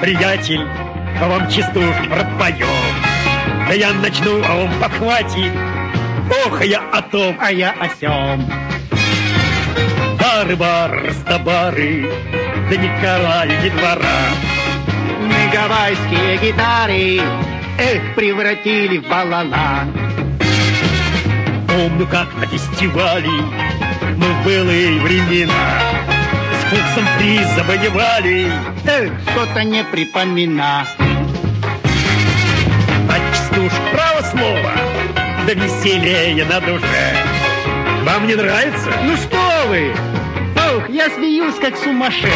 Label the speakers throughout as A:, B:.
A: приятель, а вам частушку пропоем. Да я начну, а он подхватит. Ох, а я о том,
B: а я о сём.
A: Бары-бары, растобары, да Николая не двора.
B: Мы гавайские гитары, эх, превратили в балала.
A: Помню, как на фестивале мы в былые времена с Фуксом приз завоевали.
B: Эх, что-то не припомина.
A: А частушка, право слово, да веселее на душе. Вам не нравится?
B: Ну что вы? Ох, я смеюсь, как сумасшедший.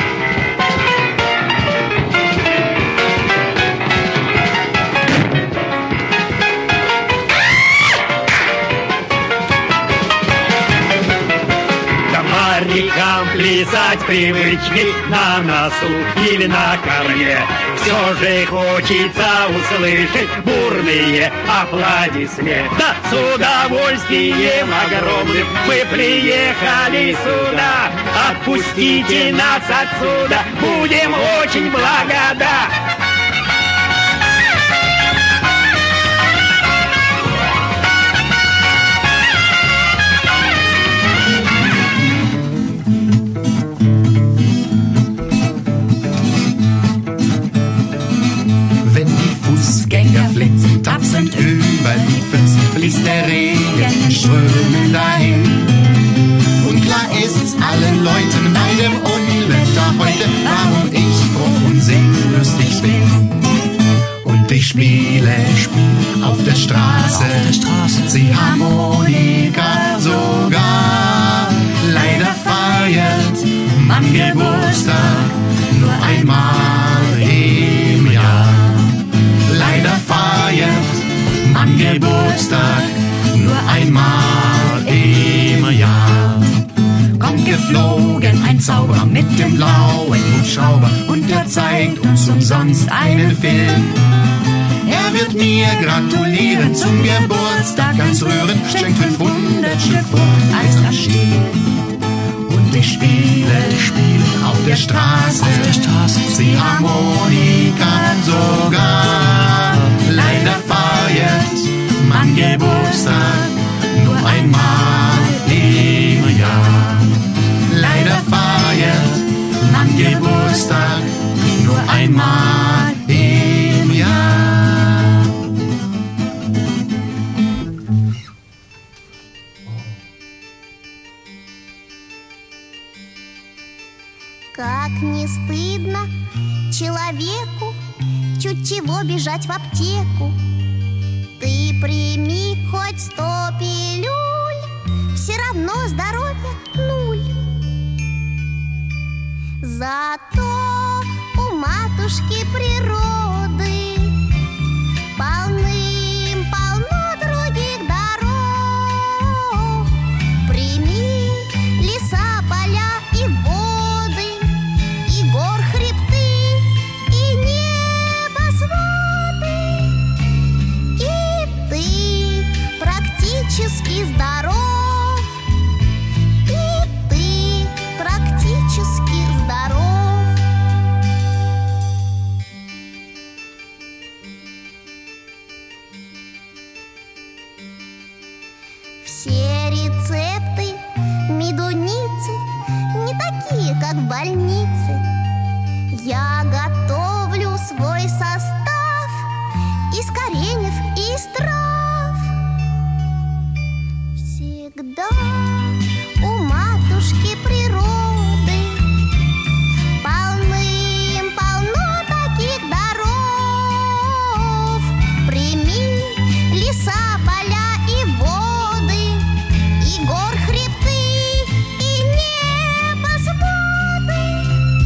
A: Рекам плясать привычки на носу или на корме. Все же хочется услышать бурные аплодисменты. Да, с удовольствием огромным мы приехали сюда. Отпустите нас отсюда, будем очень благодарны.
C: Flitzen, tapsend über die Pfützen, fließt der Regen strömend dahin. Und klar ist's allen Leuten bei dem Unwetter heute, warum ich froh und singlustig bin. Und ich spiele auf der Straße, Ziehharmonika sogar. Leider feiert man Geburtstag nur einmal im Jahr. Leider feiert man Geburtstag nur einmal im Jahr. Kommt geflogen ein Zauberer mit dem blauen Hubschrauber und er zeigt uns umsonst einen Film. Er wird mir gratulieren zum Geburtstag ganz rührend, schenkt 500 Stück Frucht als Raschel. Und ich spiele auf der Straße, Ziehharmonika sogar. Leider feiert man Geburtstag nur einmal im Jahr. Leider feiert man Geburtstag nur einmal im Jahr.
D: Как не стыдно человеку чуть чего бежать в аптеку. Ты прими хоть 100 пилюль, все равно здоровья нуль. Зато у матушки природы полным-полно других даров. Прими леса, поля и воды, и гор хребты, и небосводы. И ты практически здоров. И ты практически здоров. Все рецепты медуницы не такие, как в больнице. Я готовлю свой состав из кореньев и из трав. Всегда у матушки природы полным-полно таких даров. Прими леса, поля и воды, и гор хребты, и небосводы. И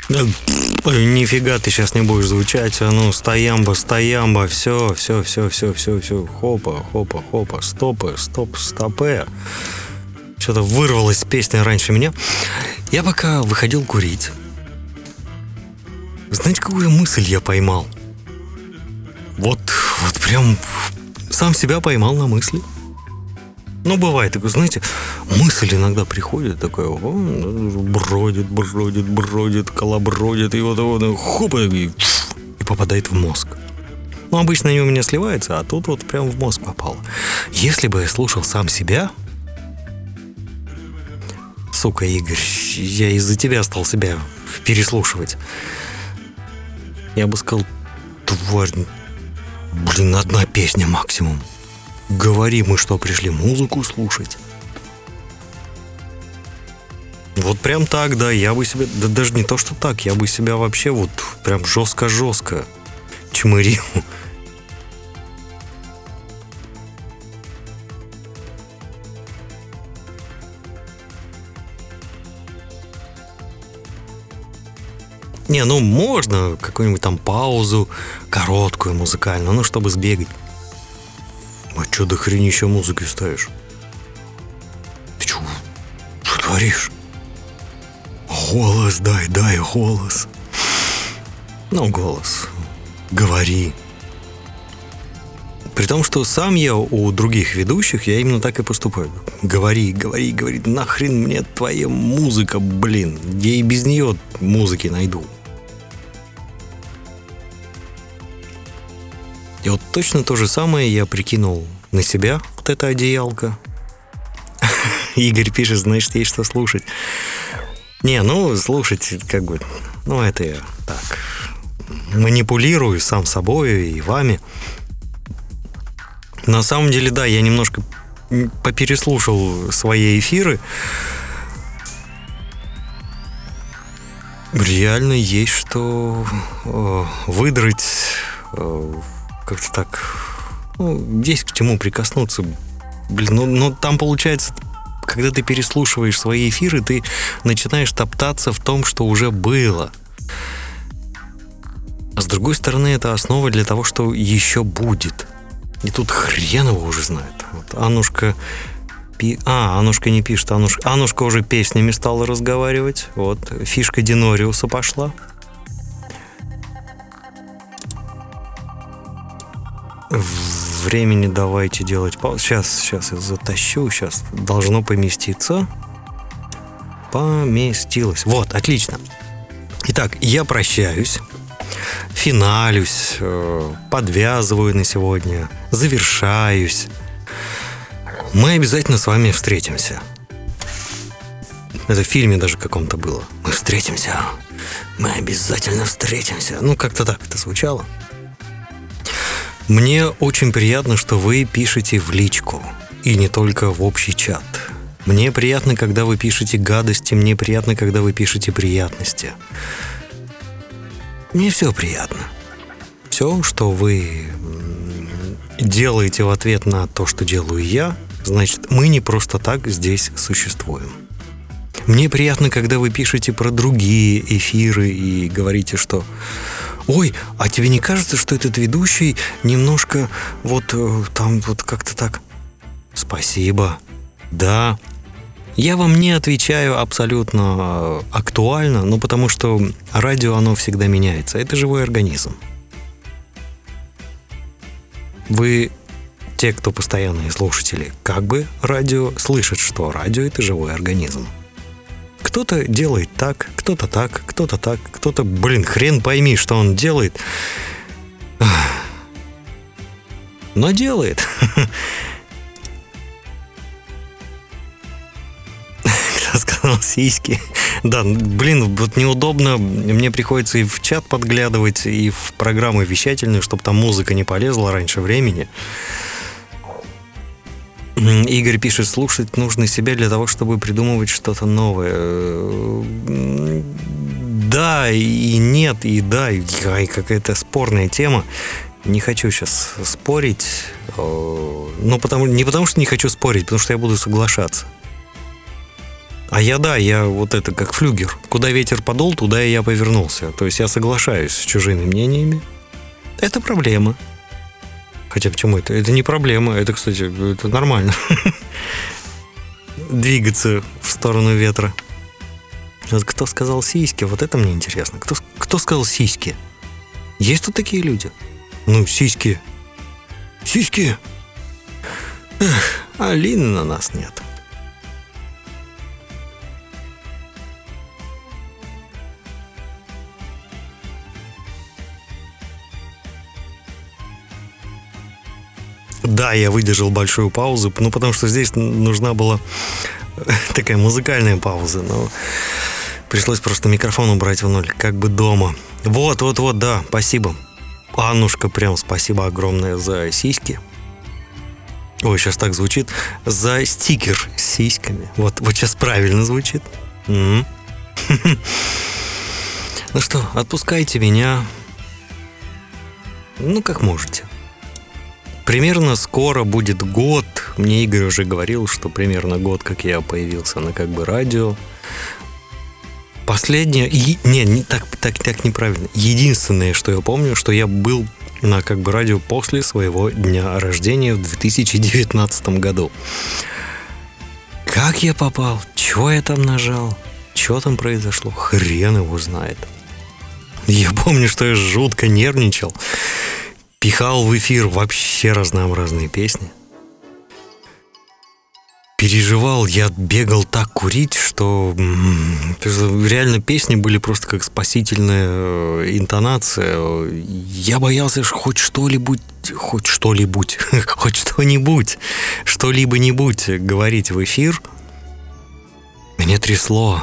E: Да, нифига ты сейчас не будешь звучать. А ну, стоямба, все. Хопа, стопы. Что-то вырвалось с песни раньше меня. Я пока выходил курить. Знаете, какую мысль я поймал? Вот прям сам себя поймал на мысли. Ну, бывает такое, знаете, мысль иногда приходит, такая, бродит, колобродит, и вот хоп, и попадает в мозг. Ну, обычно они у меня сливаются, а тут вот прям в мозг попало. Если бы я слушал сам себя... Сука, Игорь, я из-за тебя стал себя переслушивать. Я бы сказал, тварь, блин, одна песня максимум. Говори, мы что, пришли музыку слушать? Вот прям так, да, я бы себя, да даже не то, что так, я бы себя вообще вот прям жестко чмырил. Не, ну можно какую-нибудь там паузу, короткую музыкальную, ну чтобы сбегать. А чё до хренища музыки ставишь? Ты чё творишь? Голос дай голос. Ну, голос. Говори. При том, что сам я у других ведущих, я именно так и поступаю. Говори. Нахрен мне твоя музыка, блин. Я и без нее музыки найду. И вот точно то же самое я прикинул на себя, вот это одеялко. Игорь пишет, значит, есть что слушать. Не, ну, слушать, как бы, ну, это я так манипулирую сам собой и вами. На самом деле, да, я немножко попереслушал свои эфиры. Реально есть что выдрать, как-то так, ну, есть к чему прикоснуться. Блин, ну там получается, когда ты переслушиваешь свои эфиры, ты начинаешь топтаться в том, что уже было. А с другой стороны, это основа для того, что еще будет. И тут хрен его уже знает. Вот Аннушка... Аннушка не пишет. Аннушка уже песнями стала разговаривать. Вот, фишка Динориуса пошла. Времени давайте делать паузу. Сейчас я затащу. Сейчас должно поместиться. Поместилось. Вот, отлично. Итак, я прощаюсь. Финалюсь, подвязываю на сегодня, завершаюсь. Мы обязательно с вами встретимся. Это в фильме даже каком-то было. Мы встретимся. Мы обязательно встретимся. Ну, как-то так это звучало. Мне очень приятно, что вы пишете в личку. И не только в общий чат. Мне приятно, когда вы пишете гадости. Мне приятно, когда вы пишете приятности. Мне все приятно. Все, что вы делаете в ответ на то, что делаю я, значит, мы не просто так здесь существуем. Мне приятно, когда вы пишете про другие эфиры и говорите, что «Ой, а тебе не кажется, что этот ведущий немножко вот там вот как-то так?» Спасибо. Да. Я вам не отвечаю абсолютно актуально, но потому что радио, оно всегда меняется. Это живой организм. Вы, те, кто постоянные слушатели, как бы радио, слышат, что радио — это живой организм. Кто-то делает так, кто-то так, кто-то, блин, хрен пойми, что он делает. Но делает. Сказал сиськи. Да, блин, вот неудобно. Мне приходится и в чат подглядывать, и в программы вещательные, чтобы там музыка не полезла раньше времени. Игорь пишет, слушать нужно себя для того, чтобы придумывать что-то новое. Да, и нет, и да, и какая-то спорная тема. Не хочу сейчас спорить. Но не потому, что не хочу спорить, потому что я буду соглашаться. А я вот это как флюгер. Куда ветер подул, туда и я повернулся. То есть я соглашаюсь с чужими мнениями. Это проблема. Хотя почему это? Это не проблема. Это, кстати, это нормально. Двигаться в сторону ветра. Вот кто сказал сиськи? Вот это мне интересно. Кто сказал сиськи? Есть тут такие люди? Ну, сиськи. Сиськи! Эх, Алины на нас нет. Да, я выдержал большую паузу, ну, потому что здесь нужна была такая музыкальная пауза, но пришлось просто микрофон убрать в ноль, как бы дома. Вот, да, спасибо. Аннушка, прям спасибо огромное за сиськи. Ой, сейчас так звучит. За стикер с сиськами. Вот сейчас правильно звучит. Ну что, отпускайте меня. Ну, как можете. Примерно скоро будет год. Мне Игорь уже говорил, что примерно год, как я появился на как бы радио. Последнее... так неправильно. Единственное, что я помню, что я был на как бы радио после своего дня рождения в 2019 году. Как я попал? Чего я там нажал? Что там произошло? Хрен его знает. Я помню, что я жутко нервничал. Пихал в эфир вообще разнообразные песни. Переживал, я бегал так курить, что реально песни были просто как спасительная интонация. Я боялся, что хоть что-нибудь говорить в эфир. Меня трясло.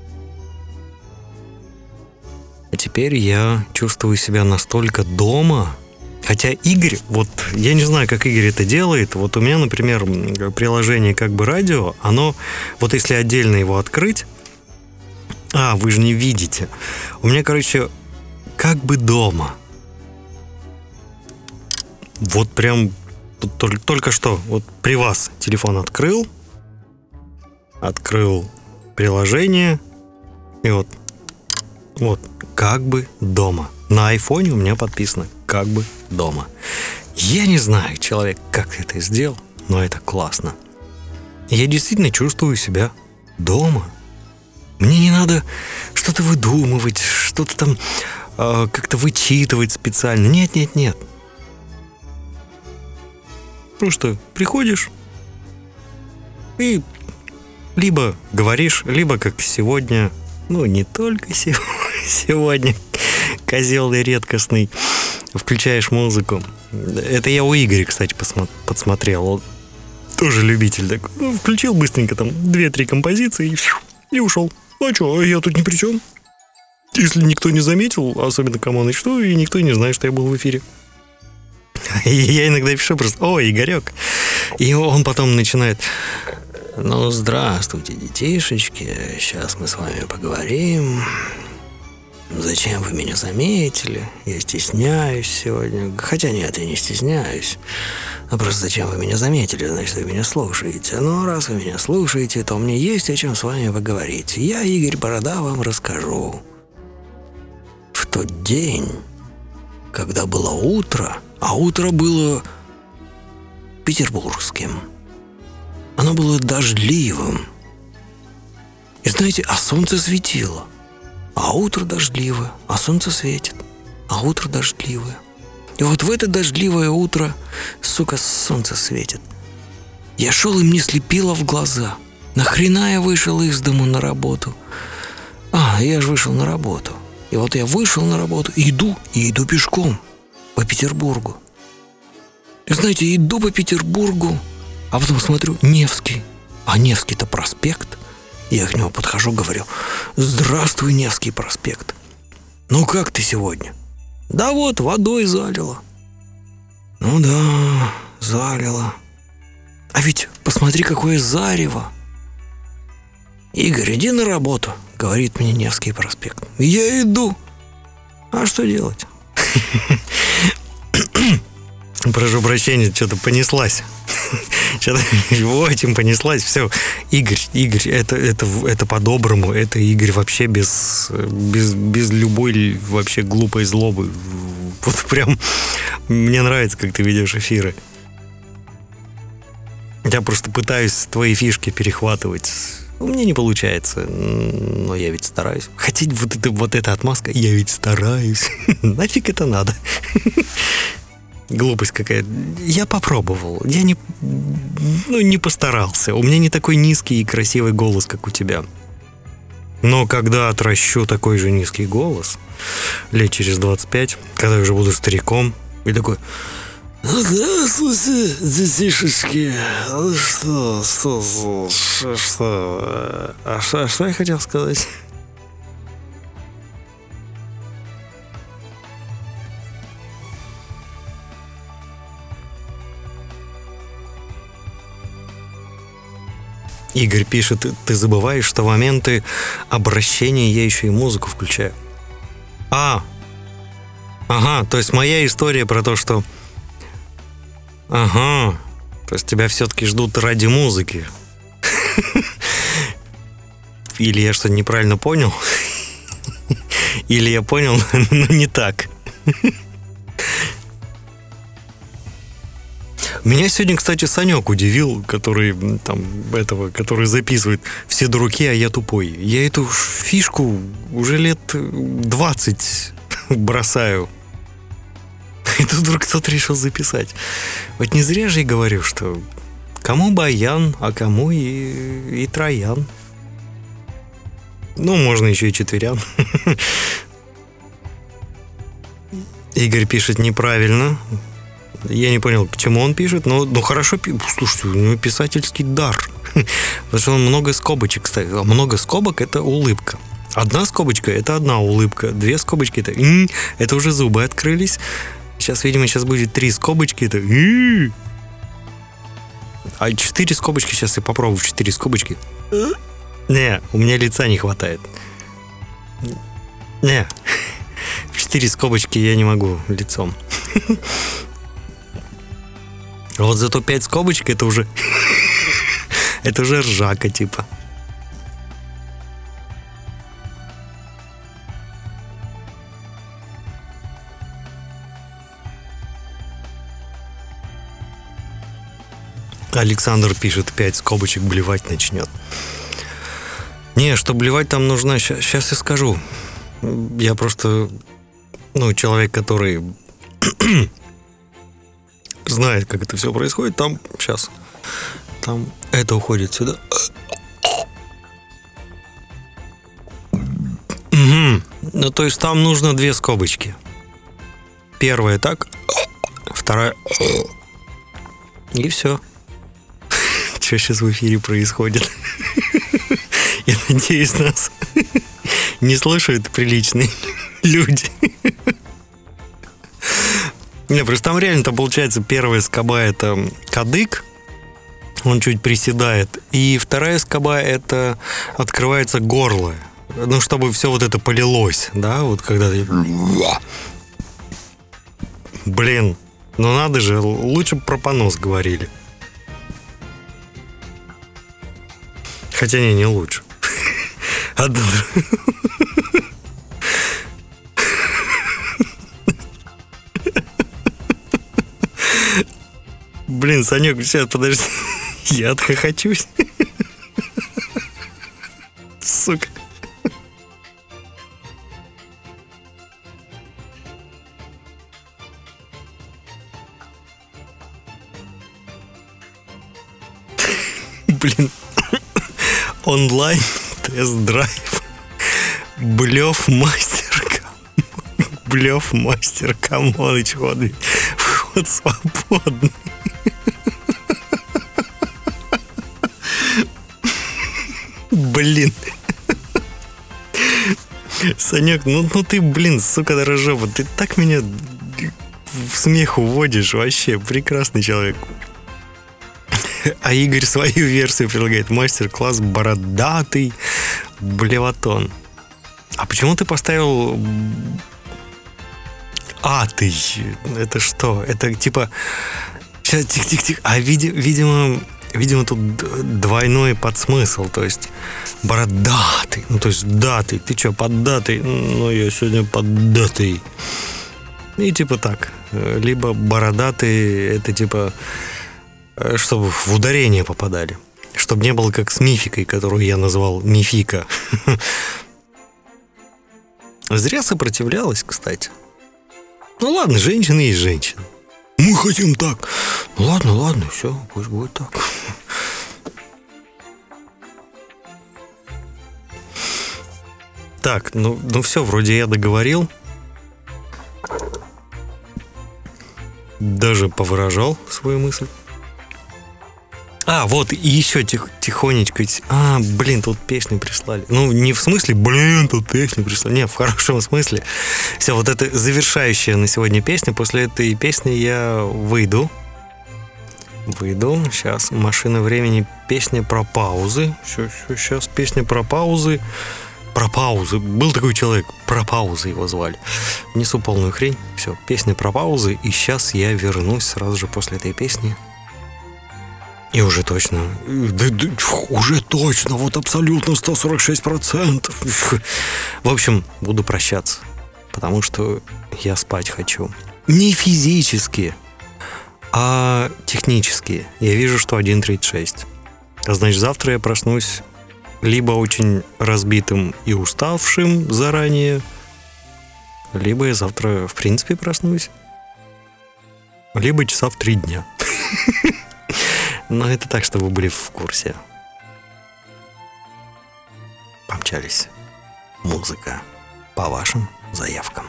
E: А теперь я чувствую себя настолько дома. Хотя Игорь, вот я не знаю, как Игорь это делает. Вот у меня, например, приложение как бы радио, оно, вот если отдельно его открыть, вы же не видите. У меня, короче, как бы дома. Вот прям только что, вот при вас телефон открыл приложение, и вот как бы дома. На айфоне у меня подписано «Как бы дома». Я не знаю, человек, как это сделал, но это классно. Я действительно чувствую себя дома. Мне не надо что-то выдумывать, что-то там как-то вычитывать специально. Нет. Просто приходишь и либо говоришь, либо как сегодня, ну не только сегодня, козел и редкостный, включаешь музыку. Это я у Игоря, кстати, подсмотрел. Он тоже любитель такой. Ну, включил быстренько там 2-3 композиции и ушел. А что, я тут ни при чем. Если никто не заметил, особенно кому начну, и никто не знает, что я был в эфире. И я иногда пишу просто: «О, Игорек». И он потом начинает: «Ну, здравствуйте, детишечки, сейчас мы с вами поговорим. Зачем вы меня заметили? Я стесняюсь сегодня». Хотя нет, я не стесняюсь. А просто зачем вы меня заметили, значит, вы меня слушаете. Ну, раз вы меня слушаете, то мне есть о чем с вами поговорить. Я, Игорь Борода, вам расскажу. В тот день, когда было утро, а утро было петербургским, оно было дождливым. И знаете, а солнце светило. А утро дождливое, а солнце светит. А утро дождливое. И вот в это дождливое утро, сука, солнце светит. Я шел, и мне слепило в глаза. Нахрена я вышел из дому на работу? Я же вышел на работу. И вот я вышел на работу, иду пешком по Петербургу. И знаете, иду по Петербургу, а потом смотрю, Невский. А Невский-то проспект. Я к нему подхожу, говорю: «Здравствуй, Невский проспект. Ну как ты сегодня?» «Да вот, водой залило». «Ну да, залило. А ведь посмотри, какое зарево». «Игорь, иди на работу», — говорит мне Невский проспект. Я иду. А что делать? Прошу прощения, что-то понеслась Сейчас его этим понеслась, все. Игорь, это по-доброму, это Игорь вообще без любой вообще глупой злобы. Вот прям мне нравится, как ты ведешь эфиры. Я просто пытаюсь твои фишки перехватывать. У меня не получается, но я ведь стараюсь. Хотя вот эта отмазка, я ведь стараюсь. Нафиг это надо? Глупость какая. Я попробовал. Я не постарался. У меня не такой низкий и красивый голос, как у тебя. Но когда отращу такой же низкий голос, лет через 25, когда я уже буду стариком, и такой... Здравствуйте, детишечки. Что я хотел сказать? Игорь пишет, ты забываешь, что в моменты обращения я еще и музыку включаю. Ага, то есть моя история про то, что... Ага, то есть тебя все-таки ждут ради музыки. Или я что-то неправильно понял? Или я понял, но не так. Меня сегодня, кстати, Санек удивил, который записывает «Все дураки, а я тупой». Я эту фишку уже лет 20 бросаю. И тут вдруг кто-то решил записать. Вот не зря же я говорю, что кому баян, а кому и троян. Ну, можно еще и четверян. Игорь пишет неправильно. Я не понял, к чему он пишет, но хорошо, слушайте, у него писательский дар. Потому что он много скобочек ставит. А много скобок – это улыбка. Одна скобочка – это одна улыбка. Две скобочки – это уже зубы открылись. Сейчас, видимо, будет 3 скобочки, это... А 4 скобочки, сейчас я попробую 4 скобочки. Не, у меня лица не хватает. Не, в 4 скобочки я не могу лицом. А вот зато 5 скобочек, это уже... это уже ржака, типа. Александр пишет, 5 скобочек блевать начнет. Не, что блевать там нужно, сейчас я скажу. Я просто, человек, который знает, как это все происходит. Там это уходит сюда. Угу. То есть там нужно 2 скобочки. Первая так, вторая... И все. Что сейчас в эфире происходит? Я надеюсь, нас не слушают приличные люди. Не, просто там реально-то получается первая скоба это кадык, он чуть приседает, и вторая скоба это открывается горло, чтобы все вот это полилось, да, вот когда ты... Блин, надо же, лучше бы про понос говорили. Хотя не лучше. Блин, Санек, сейчас, подожди. Я отхохочусь. Сука. Блин. Онлайн тест-драйв. Блёв-мастер. Камоныч, вход свободный. Блин. Санек, ты, блин, сука, дорожопа. Ты так меня в смех уводишь. Вообще, прекрасный человек. А Игорь свою версию предлагает. Мастер-класс бородатый блевотон. А почему ты поставил атый? Это что? Это типа... Сейчас, тихо. А видимо, тут двойной подсмысл. То есть бородатый. Ну, то есть датый. Ты что, поддатый? Ну, я сегодня поддатый. И типа так. Либо бородатый, это типа, чтобы в ударение попадали. Чтобы не было как с мификой, которую я назвал Мифика. Зря сопротивлялась, кстати. Ну ладно, женщина есть женщина. Мы хотим так. Ну ладно, все, пусть будет так. Так, ну все, вроде я договорил. Даже повыражал свою мысль. А, вот, и еще тихонечко. Тут песню прислали. Ну, не в смысле, тут песню прислали. Не, в хорошем смысле. Все, вот это завершающая на сегодня песня. После этой песни я выйду. Сейчас «Машина времени», песня про паузы. Сейчас песня про паузы. Про паузы. Был такой человек, про паузы его звали. Несу полную хрень. Все, песня про паузы. И сейчас я вернусь сразу же после этой песни. И уже точно, вот абсолютно 146%. В общем, буду прощаться, потому что я спать хочу. Не физически, а технически. Я вижу, что 1:36. А значит, завтра я проснусь либо очень разбитым и уставшим заранее, либо я завтра, в принципе, проснусь, либо часа в 3 дня. Но это так, чтобы вы были в курсе. Помчались. Музыка по вашим заявкам.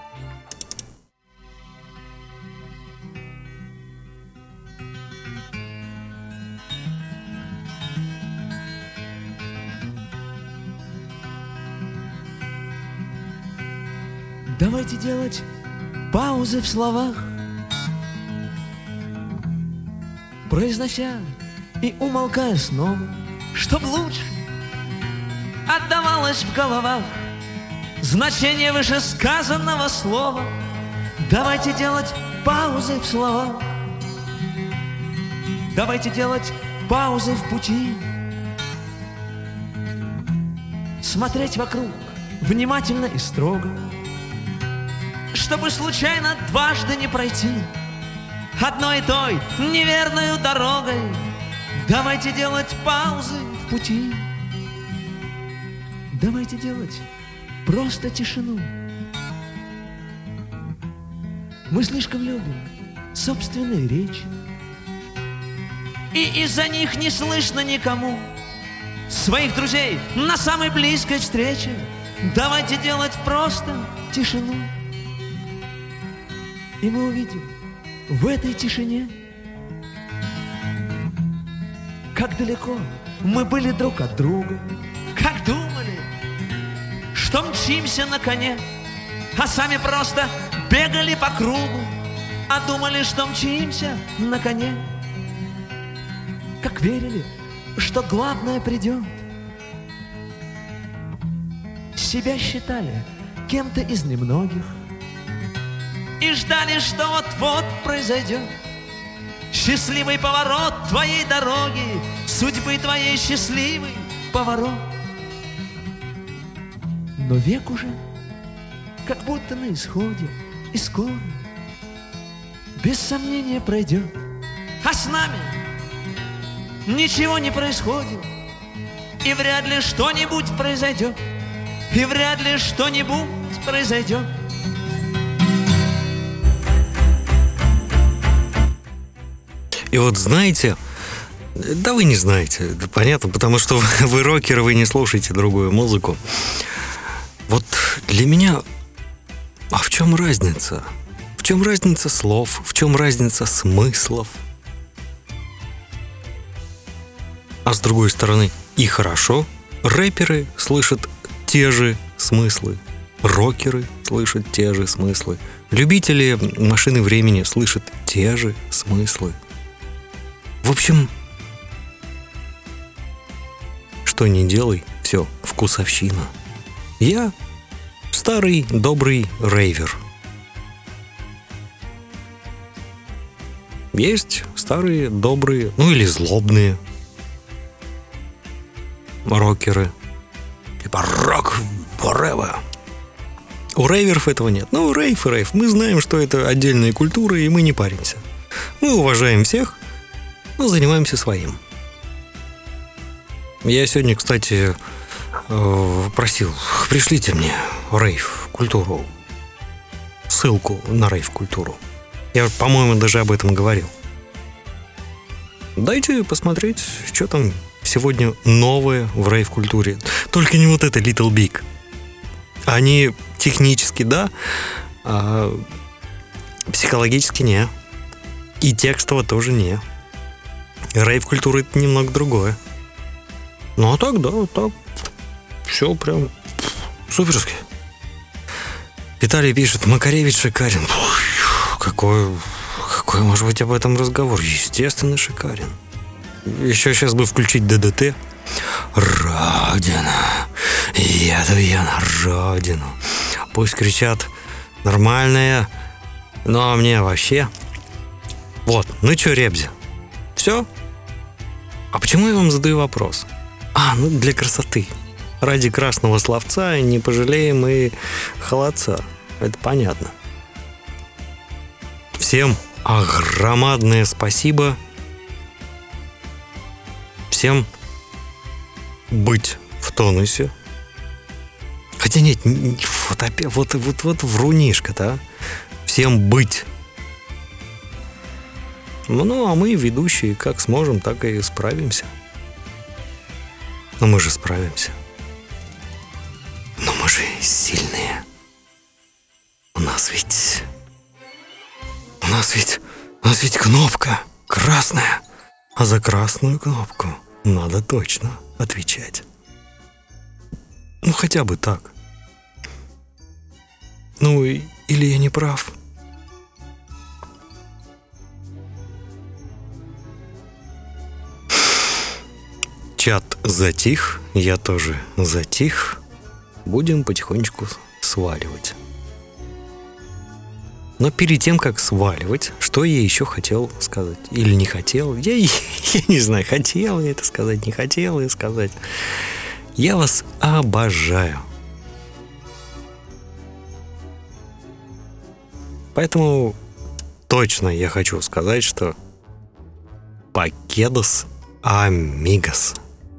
F: Давайте делать паузы в словах, произнося и умолкая снова, чтоб лучше отдавалось в головах значение вышесказанного слова. Давайте делать паузы в словах, давайте делать паузы в пути, смотреть вокруг внимательно и строго, чтобы случайно дважды не пройти одной и той неверною дорогой. Давайте делать паузы в пути, давайте делать просто тишину. Мы слишком любим собственные речи, и из-за них не слышно никому своих друзей на самой близкой встрече. Давайте делать просто тишину, и мы увидим в этой тишине, как далеко мы были друг от друга, как думали, что мчимся на коне, а сами просто бегали по кругу, а думали, что мчимся на коне, как верили, что главное придет, себя считали кем-то из немногих и ждали, что вот-вот произойдет счастливый поворот твоей дороги, судьбы твоей счастливый поворот. Но век уже как будто на исходе, и скоро без сомнения пройдет, а с нами ничего не происходит, и вряд ли что-нибудь произойдет, и вряд ли что-нибудь произойдет.
E: И вот знаете, да вы не знаете, это понятно, потому что вы рокеры, вы не слушаете другую музыку. Вот для меня, а в чем разница? В чем разница слов? В чем разница смыслов? А с другой стороны, и хорошо, рэперы слышат те же смыслы, рокеры слышат те же смыслы, любители машины времени слышат те же смыслы. В общем, что ни делай, все вкусовщина. Я старый добрый рейвер. Есть старые, добрые, ну или злобные рокеры. Типа рок forever. У рейверов этого нет. Ну, рейв и рейв. Мы знаем, что это отдельная культура, и мы не паримся. Мы уважаем всех, но занимаемся своим. Я сегодня, кстати, просил, пришлите мне рейв-культуру. Ссылку на рейв-культуру. Я, по-моему, даже об этом говорил. Дайте посмотреть, что там сегодня новое в рейв-культуре. Только не вот это Little Big. Они технически, да, а психологически не. И текстово тоже не. Рейв-культура — это немного другое. Ну, а так, да, так. Все прям суперски. Виталий пишет: Макаревич шикарен. Какой может быть об этом разговор? Естественно, шикарен. Еще сейчас бы включить ДДТ. Родина. Еду я на родину. Пусть кричат нормальные, но мне вообще. Вот, ну чё, Ребзи? Все? А почему я вам задаю вопрос? Ну для красоты. Ради красного словца не пожалеем и холодца. Это понятно. Всем огромадное спасибо. Всем быть в тонусе. Хотя нет, вот опять, вот врунишка-то, а? Всем быть. Ну, а мы, ведущие, как сможем, так и справимся. Но мы же справимся. Но мы же сильные. У нас ведь кнопка красная. А за красную кнопку надо точно отвечать. Ну, хотя бы так. Ну, или я не прав? Чат затих, я тоже затих. Будем потихонечку сваливать. Но перед тем, как сваливать, что я еще хотел сказать? Или не хотел? Я не знаю, хотел я это сказать, не хотел я сказать. Я вас обожаю. Поэтому точно я хочу сказать, что покедос амигос.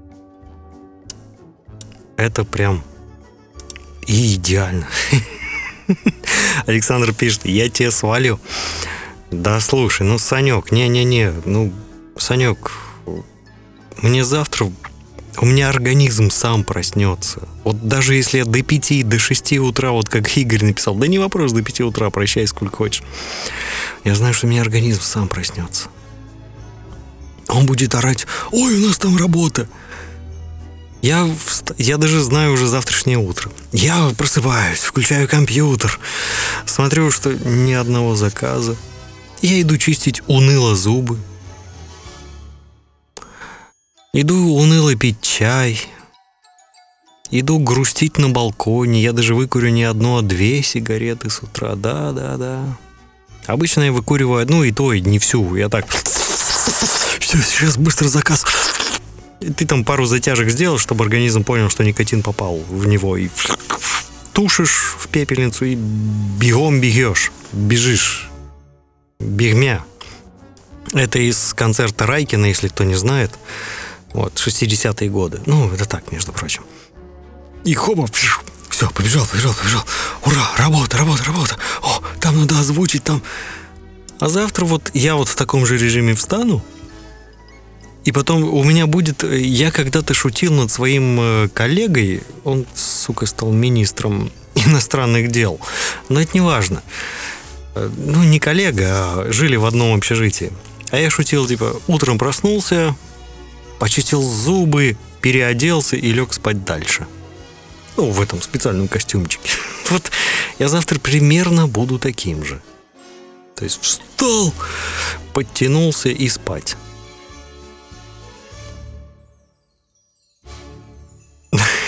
E: Это прям идеально. Александр пишет: я тебе свалю. Да слушай, ну, Санек, не-не-не, ну, Санек, мне завтра, у меня организм сам проснется. Вот даже если я до 5, до 6 утра, вот как Игорь написал, да не вопрос, до 5 утра, прощай сколько хочешь. Я знаю, что у меня организм сам проснется. Он будет орать: ой, у нас там работа. Я даже знаю уже завтрашнее утро. Я просыпаюсь, включаю компьютер, смотрю, что ни одного заказа. Я иду чистить уныло зубы. Иду уныло пить чай. Иду грустить на балконе. Я даже выкурю не одну, а 2 сигареты с утра. Да. Обычно я выкуриваю одну, и то, и не всю. Я так... Сейчас быстро заказ. Ты там пару затяжек сделал, чтобы организм понял, что никотин попал в него. И тушишь в пепельницу и бегом бежишь. Бегмя. Это из концерта Райкина, если кто не знает. Вот, 60-е годы. Ну, это так, между прочим. И хоба, все, побежал. Ура, работа. О, там надо озвучить, там. А завтра вот я вот в таком же режиме встану. И потом у меня будет... Я когда-то шутил над своим коллегой. Он, сука, стал министром иностранных дел. Но это не важно. Ну, не коллега, а жили в одном общежитии. А я шутил, типа, утром проснулся, почистил зубы, переоделся и лег спать дальше. Ну, в этом специальном костюмчике. Вот я завтра примерно буду таким же. То есть встал, подтянулся и спать.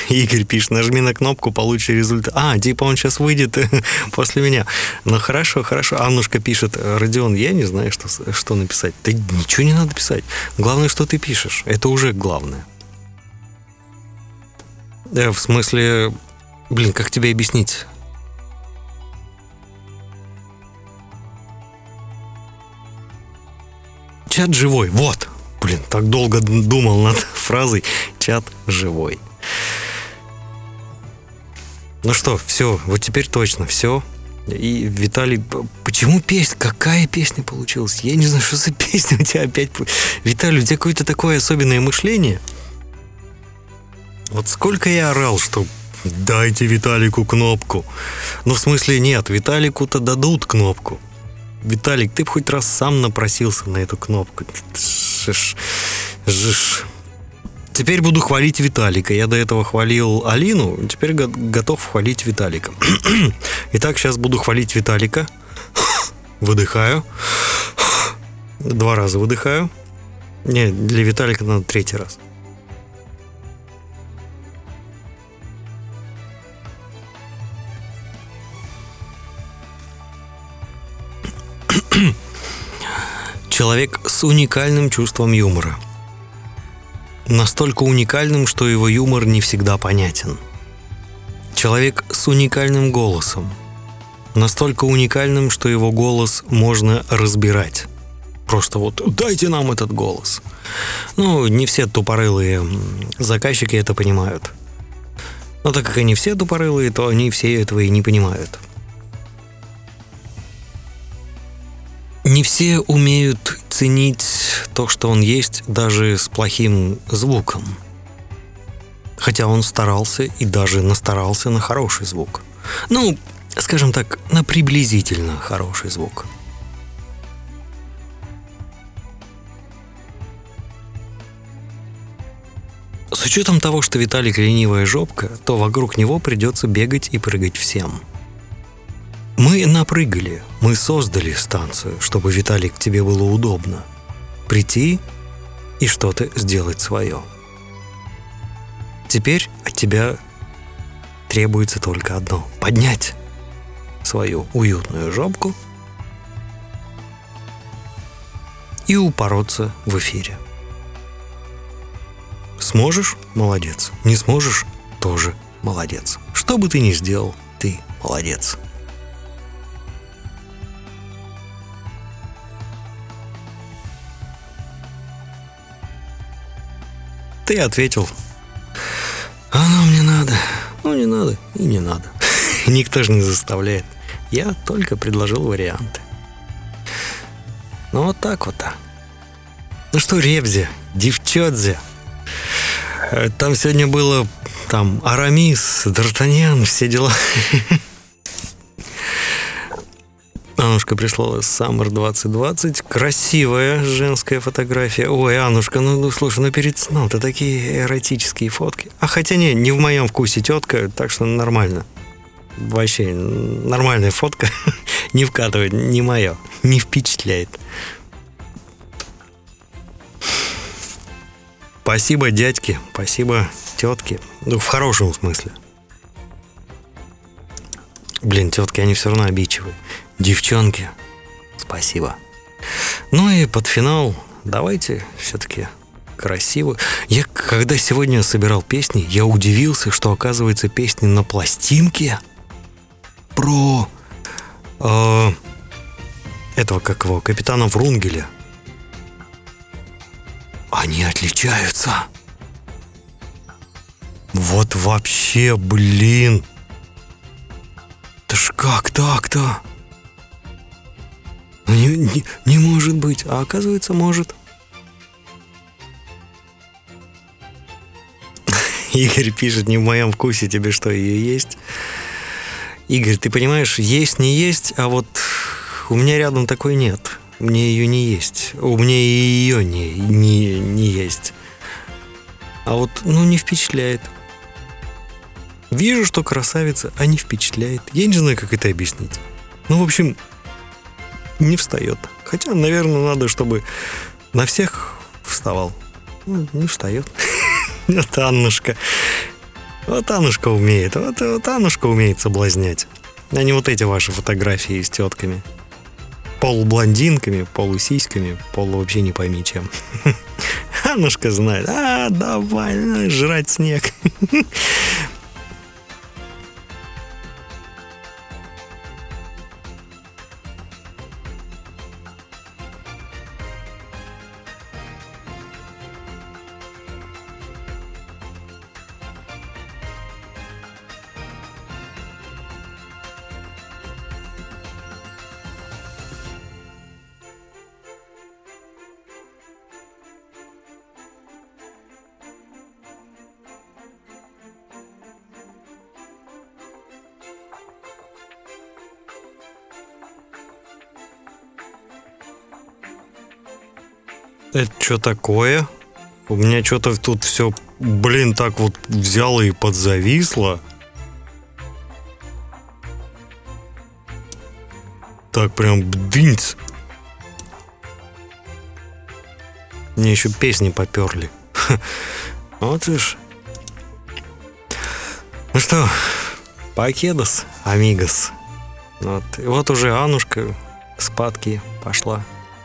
E: Игорь пишет, нажми на кнопку, получи результат. Типа он сейчас выйдет после меня. Ну, хорошо. Аннушка пишет, Родион, я не знаю, что написать. Да ничего не надо писать. Главное, что ты пишешь. Это уже главное. В смысле, как тебе объяснить? Чат живой. Вот. Так долго думал над фразой «чат живой». Ну что, все, вот теперь точно все. И Виталий, почему песня? Какая песня получилась? Я не знаю, что за песня у тебя опять. Виталий, у тебя какое-то такое особенное мышление. Вот сколько я орал, что дайте Виталику кнопку. Ну, в смысле, нет, Виталику-то дадут кнопку. Виталик, ты бы хоть раз сам напросился на эту кнопку. Жиш. Теперь буду хвалить Виталика. Я до этого хвалил Алину, теперь готов хвалить Виталика. Итак, сейчас буду хвалить Виталика. Выдыхаю. 2 раза выдыхаю. Не, для Виталика надо 3-й раз. Человек с уникальным чувством юмора. Настолько уникальным, что его юмор не всегда понятен. Человек с уникальным голосом. Настолько уникальным, что его голос можно разбирать. Просто вот дайте нам этот голос. Ну, не все тупорылые заказчики это понимают. Но так как они все тупорылые, то они все этого и не понимают. Не все умеют ценить то, что он есть, даже с плохим звуком. Хотя он старался и даже настарался на хороший звук. Ну, скажем так, на приблизительно хороший звук. С учетом того, что Виталик ленивая жопка, то вокруг него придется бегать и прыгать всем. Мы напрыгали, мы создали станцию, чтобы, Виталик, тебе было удобно прийти и что-то сделать свое. Теперь от тебя требуется только одно – поднять свою уютную жопку и упороться в эфире. Сможешь – молодец. Не сможешь – тоже молодец. Что бы ты ни сделал, ты молодец. Ты ответил: оно мне надо. Ну, не надо и не надо. Никто же не заставляет. Я только предложил варианты. Ну, вот так вот. Ну что, Ребзи, девчонки, там сегодня было Арамис, Д'Артаньян, все дела. Аннушка прислала Summer 2020. Красивая женская фотография. Ой, Аннушка, слушай, перед сном-то такие эротические фотки. Хотя не в моем вкусе тетка, так что нормально. Вообще нормальная фотка. Не вкатывает, не мое. Не впечатляет. Спасибо, дядьки. Спасибо, тетки. Ну, в хорошем смысле. Блин, тетки, они все равно обидчивые. Девчонки, спасибо. Ну и под финал давайте все-таки красиво. Я когда сегодня собирал песни, я удивился, что, оказывается, песни на пластинке про этого, как его, капитана Врунгеля, они отличаются. Вот вообще, блин. Это ж как так-то? Не может быть, а оказывается, может. Игорь пишет: не в моем вкусе, тебе что, ее есть? Игорь, ты понимаешь, есть не есть, а вот у меня рядом такой нет. Мне ее не есть. У меня и ее не есть. А вот, не впечатляет. Вижу, что красавица, а не впечатляет. Я не знаю, как это объяснить. В общем, не встает. Хотя, наверное, надо, чтобы на всех вставал. Не встает. Это Аннушка. Вот Аннушка умеет. Вот Аннушка умеет соблазнять. А не вот эти ваши фотографии с тетками. Полублондинками, полусиськами, полу вообще не пойми чем. Аннушка знает. Давай, жрать снег. Это что такое? У меня что-то тут все, так вот взяло и подзависло. Так прям бдынц. Мне еще песни поперли. Вот ж. Ну что, покедос, амигос. Вот уже Аннушка спадки пошла.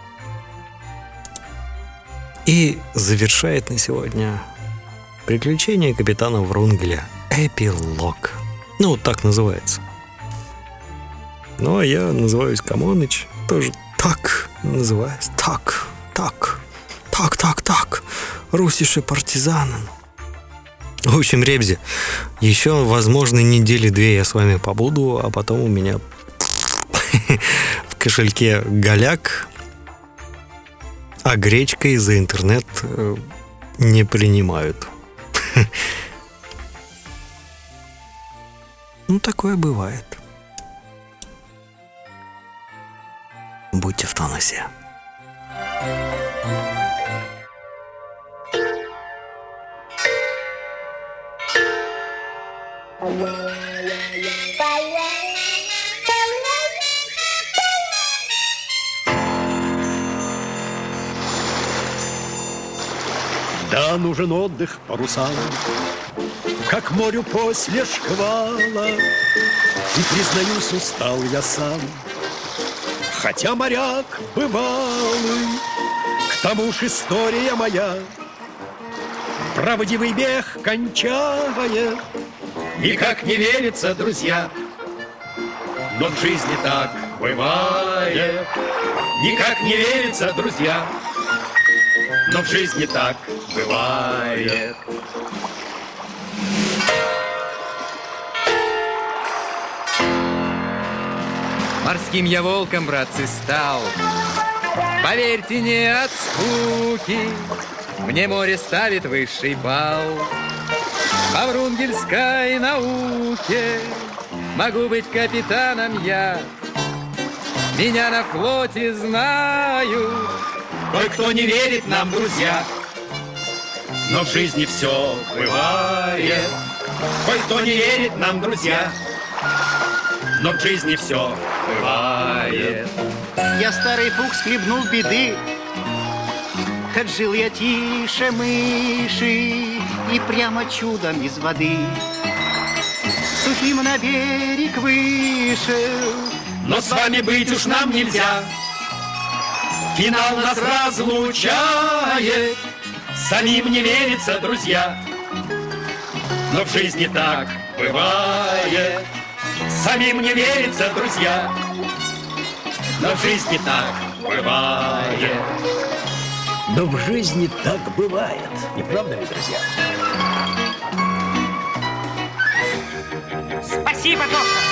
E: И завершает на сегодня «Приключения капитана Врунгеля». Эпилог. Вот так называется. Ну, а я называюсь Камоныч. Тоже так называюсь. Так. Русише партизанин. В общем, ребзи, еще, возможно, недели 2 я с вами побуду, а потом у меня в кошельке голяк, а гречкой за интернет не принимают. Такое бывает. Будьте в тонусе.
A: Да, нужен отдых парусам, как морю после шквала. И, признаюсь, устал я сам, хотя моряк бывалый. К тому ж история моя правдивый бег кончает. Никак не верится, друзья, но в жизни так бывает. Никак не верится, друзья, но в жизни так бывает.
G: Морским я волком, братцы, стал. Поверьте, не от скуки. Мне море ставит высший балл. По врунгельской науке могу быть капитаном я. Меня на флоте знают.
A: Кое-кто не верит нам, друзья, но в жизни все бывает. Кое-кто не верит нам, друзья, но в жизни все бывает.
B: Я старый фукс хлебнул беды, хоть жил я тише мыши и прямо чудом из воды сухим на берег вышел.
A: Но с вами быть уж нам нельзя. Финал нас разлучает. Самим не верится, друзья, но в жизни так бывает. Самим не верится, друзья, но в жизни так бывает. Но в жизни так бывает. Не правда ли, друзья?
H: Спасибо, доктор.